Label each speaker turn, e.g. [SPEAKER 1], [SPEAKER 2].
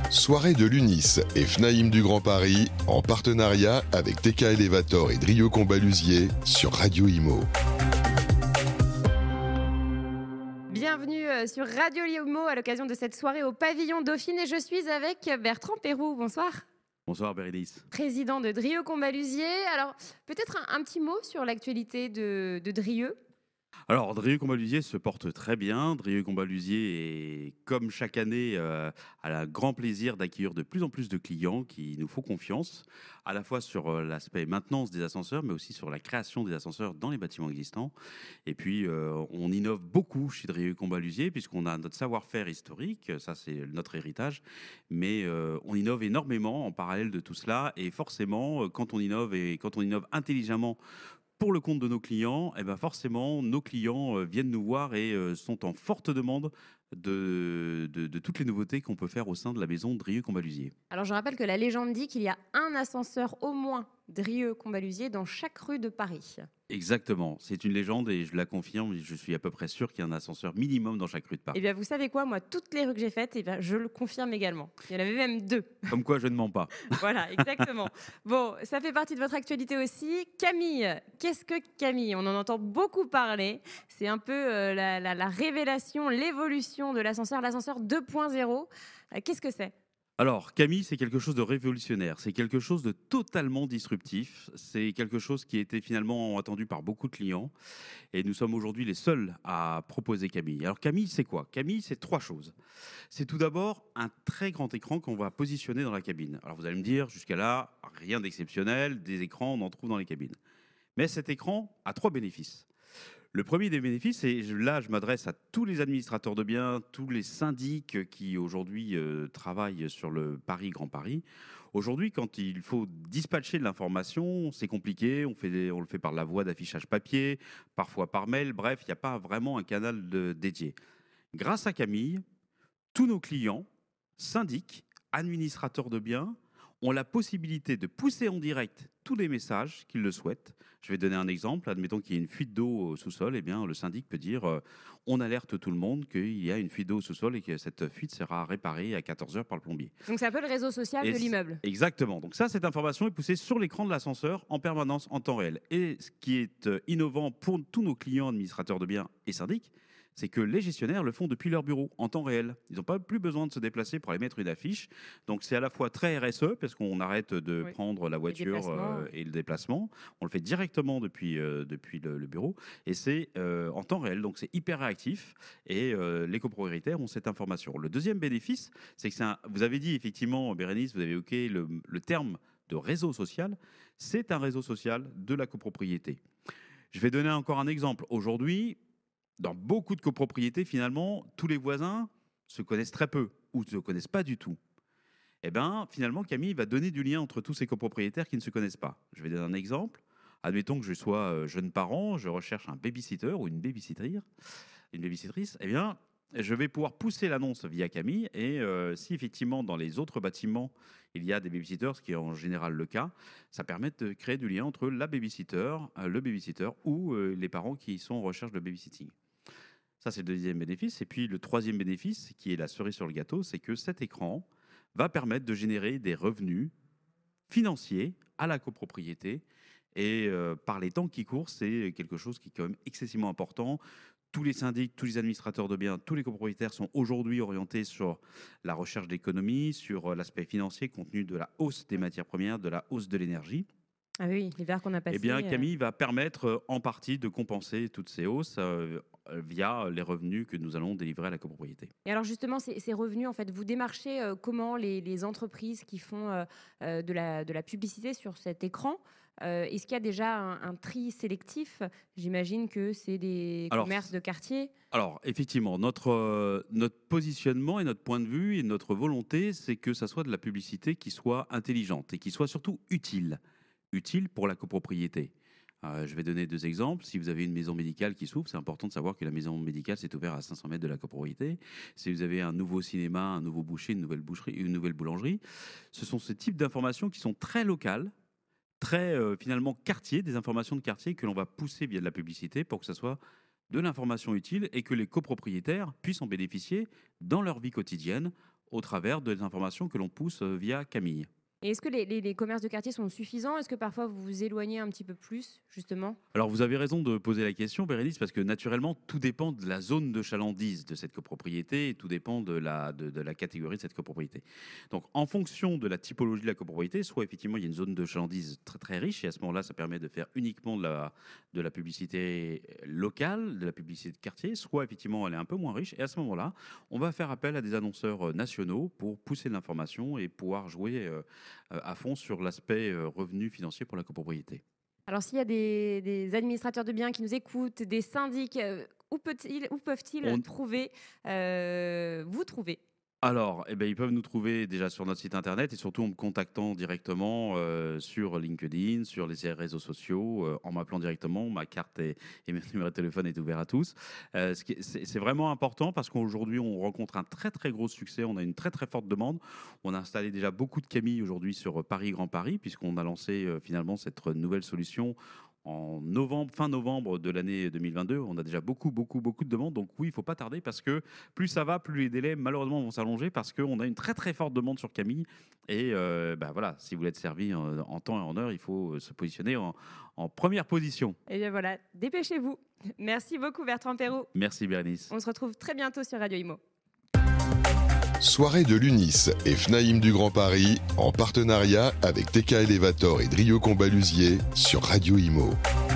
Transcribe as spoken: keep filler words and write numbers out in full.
[SPEAKER 1] Soirée de l'Unis et Fnaïm du Grand Paris en partenariat avec T K Elevator et Drio Combalusier sur Radio Imo.
[SPEAKER 2] Bienvenue sur Radio Imo à l'occasion de cette soirée au pavillon Dauphine et je suis avec Bertrand Péroux. Bonsoir.
[SPEAKER 3] Bonsoir Bérénice.
[SPEAKER 2] Président de Drio Combalusier. Alors peut-être un, un petit mot sur l'actualité de, de Drieux.
[SPEAKER 3] Alors, Drio Combalusier se porte très bien. Drio Combalusier est, comme chaque année, euh, a le grand plaisir d'accueillir de plus en plus de clients qui nous font confiance, à la fois sur euh, l'aspect maintenance des ascenseurs, mais aussi sur la création des ascenseurs dans les bâtiments existants. Et puis, euh, on innove beaucoup chez Drio Combalusier, puisqu'on a notre savoir-faire historique, ça c'est notre héritage, mais euh, on innove énormément en parallèle de tout cela. Et forcément, quand on innove et quand on innove intelligemment, pour le compte de nos clients, eh ben forcément, nos clients viennent nous voir et sont en forte demande de, de, de toutes les nouveautés qu'on peut faire au sein de la maison Drio Combalusier.
[SPEAKER 2] Alors je rappelle que la légende dit qu'il y a un ascenseur au moins Drio Combalusier dans chaque rue de Paris.
[SPEAKER 3] Exactement, c'est une légende et je la confirme, je suis à peu près sûr qu'il y a un ascenseur minimum dans chaque rue de Paris.
[SPEAKER 2] Eh bien vous savez quoi, moi toutes les rues que j'ai faites, eh bien, je le confirme également. Il y en avait même deux.
[SPEAKER 3] Comme quoi je ne mens pas.
[SPEAKER 2] Voilà, exactement. Bon, ça fait partie de votre actualité aussi. Camille, qu'est-ce que Camille ? On en entend beaucoup parler. C'est un peu euh, la, la, la révélation, l'évolution de l'ascenseur, l'ascenseur deux point zéro. Euh, qu'est-ce que c'est ?
[SPEAKER 3] Alors, Camille, c'est quelque chose de révolutionnaire, c'est quelque chose de totalement disruptif, c'est quelque chose qui était finalement attendu par beaucoup de clients et nous sommes aujourd'hui les seuls à proposer Camille. Alors Camille, c'est quoi ? Camille, c'est trois choses. C'est tout d'abord un très grand écran qu'on va positionner dans la cabine. Alors vous allez me dire, jusqu'à là, rien d'exceptionnel, des écrans, on en trouve dans les cabines. Mais cet écran a trois bénéfices. Le premier des bénéfices, et là je m'adresse à tous les administrateurs de biens, tous les syndics qui aujourd'hui euh, travaillent sur le Paris Grand Paris. Aujourd'hui, quand il faut dispatcher de l'information, c'est compliqué, on, fait des, on le fait par la voie d'affichage papier, parfois par mail, bref, il n'y a pas vraiment un canal de, dédié. Grâce à Camille, tous nos clients, syndics, administrateurs de biens, ont la possibilité de pousser en direct tous les messages qu'ils le souhaitent. Je vais donner un exemple. Admettons qu'il y ait une fuite d'eau au sous-sol. Eh bien, le syndic peut dire euh, on alerte tout le monde qu'il y a une fuite d'eau au sous-sol et que cette fuite sera réparée à quatorze heures par le plombier.
[SPEAKER 2] Donc, c'est un peu le réseau social
[SPEAKER 3] et
[SPEAKER 2] de l'immeuble.
[SPEAKER 3] Exactement. Donc ça, cette information est poussée sur l'écran de l'ascenseur en permanence, en temps réel. Et ce qui est euh, innovant pour tous nos clients administrateurs de biens et syndics, c'est que les gestionnaires le font depuis leur bureau, en temps réel. Ils n'ont pas plus besoin de se déplacer pour aller mettre une affiche. Donc c'est à la fois très R S E, parce qu'on arrête de oui. prendre la voiture euh, et le déplacement. On le fait directement depuis, euh, depuis le, le bureau. Et c'est euh, en temps réel, donc c'est hyper réactif. Et euh, les copropriétaires ont cette information. Le deuxième bénéfice, c'est que c'est un, vous avez dit effectivement, Bérénice, vous avez évoqué le, le terme de réseau social. C'est un réseau social de la copropriété. Je vais donner encore un exemple. Aujourd'hui, dans beaucoup de copropriétés, finalement, tous les voisins se connaissent très peu ou ne se connaissent pas du tout. Eh bien, finalement, Camille va donner du lien entre tous ces copropriétaires qui ne se connaissent pas. Je vais donner un exemple. Admettons que je sois jeune parent, je recherche un babysitter ou une babysittrice. Une babysittrice, eh bien, je vais pouvoir pousser l'annonce via Camille. Et euh, si effectivement, dans les autres bâtiments, il y a des babysitters, ce qui est en général le cas, ça permet de créer du lien entre la babysitter, le babysitter ou euh, les parents qui sont en recherche de babysitting. Ça, c'est le deuxième bénéfice. Et puis, le troisième bénéfice, qui est la cerise sur le gâteau, c'est que cet écran va permettre de générer des revenus financiers à la copropriété. Et euh, par les temps qui courent, c'est quelque chose qui est quand même excessivement important. Tous les syndics, tous les administrateurs de biens, tous les copropriétaires sont aujourd'hui orientés sur la recherche d'économie, sur l'aspect financier compte tenu de la hausse des matières premières, de la hausse de l'énergie.
[SPEAKER 2] Ah oui, l'hiver qu'on a passé.
[SPEAKER 3] Eh bien, Camille va permettre en partie de compenser toutes ces hausses euh, via les revenus que nous allons délivrer à la copropriété.
[SPEAKER 2] Et alors justement, ces, ces revenus, en fait, vous démarchez euh, comment les, les entreprises qui font euh, euh, de, la, de la publicité sur cet écran ? euh, Est-ce qu'il y a déjà un, un tri sélectif ? J'imagine que c'est des alors, commerces de quartier.
[SPEAKER 3] Alors, effectivement, notre, euh, notre positionnement et notre point de vue et notre volonté, c'est que ça soit de la publicité qui soit intelligente et qui soit surtout utile. Utile pour la copropriété. Euh, je vais donner deux exemples. Si vous avez une maison médicale qui s'ouvre, c'est important de savoir que la maison médicale s'est ouverte à cinq cents mètres de la copropriété. Si vous avez un nouveau cinéma, un nouveau boucher, une nouvelle boucherie, une nouvelle boulangerie, ce sont ce type d'informations qui sont très locales, très euh, finalement quartier, des informations de quartier que l'on va pousser via de la publicité pour que ça soit de l'information utile et que les copropriétaires puissent en bénéficier dans leur vie quotidienne au travers des informations que l'on pousse via Camille.
[SPEAKER 2] Et est-ce que les, les, les commerces de quartier sont suffisants? Est-ce que parfois vous vous éloignez un petit peu plus, justement?
[SPEAKER 3] Alors vous avez raison de poser la question, Bérénice, parce que naturellement, tout dépend de la zone de chalandise de cette copropriété et tout dépend de la, de, de la catégorie de cette copropriété. Donc en fonction de la typologie de la copropriété, soit effectivement il y a une zone de chalandise très très riche et à ce moment-là, ça permet de faire uniquement de la, de la publicité locale, de la publicité de quartier, soit effectivement elle est un peu moins riche et à ce moment-là, on va faire appel à des annonceurs nationaux pour pousser l'information et pouvoir jouer euh, à fond sur l'aspect revenu financier pour la copropriété.
[SPEAKER 2] Alors s'il y a des, des administrateurs de biens qui nous écoutent, des syndics, euh, où, peut-il, où peuvent-ils On... trouver, euh, vous trouver?
[SPEAKER 3] Alors, eh ben, ils peuvent nous trouver déjà sur notre site internet et surtout en me contactant directement euh, sur LinkedIn, sur les réseaux sociaux, euh, en m'appelant directement. Ma carte est, et mon numéro de téléphone est ouvert à tous. Euh, ce qui est, c'est, c'est vraiment important parce qu'aujourd'hui, on rencontre un très très gros succès. On a une très très forte demande. On a installé déjà beaucoup de Camille aujourd'hui sur Paris Grand Paris puisqu'on a lancé euh, finalement cette nouvelle solution en novembre, fin novembre de l'année deux mille vingt-deux. On a déjà beaucoup, beaucoup, beaucoup de demandes. Donc oui, il ne faut pas tarder parce que plus ça va, plus les délais malheureusement vont s'allonger parce qu'on a une très, très forte demande sur Camille. Et euh, bah, voilà, si vous voulez être servi en, en temps et en heure, il faut se positionner en, en première position.
[SPEAKER 2] Et bien voilà, dépêchez-vous. Merci beaucoup Bertrand Perroux.
[SPEAKER 3] Merci Bérénice.
[SPEAKER 2] On se retrouve très bientôt sur Radio Imo.
[SPEAKER 1] Soirée de l'UNIS et FNAIM du Grand Paris en partenariat avec T K Elevator et Drio Combalusier sur Radio Imo.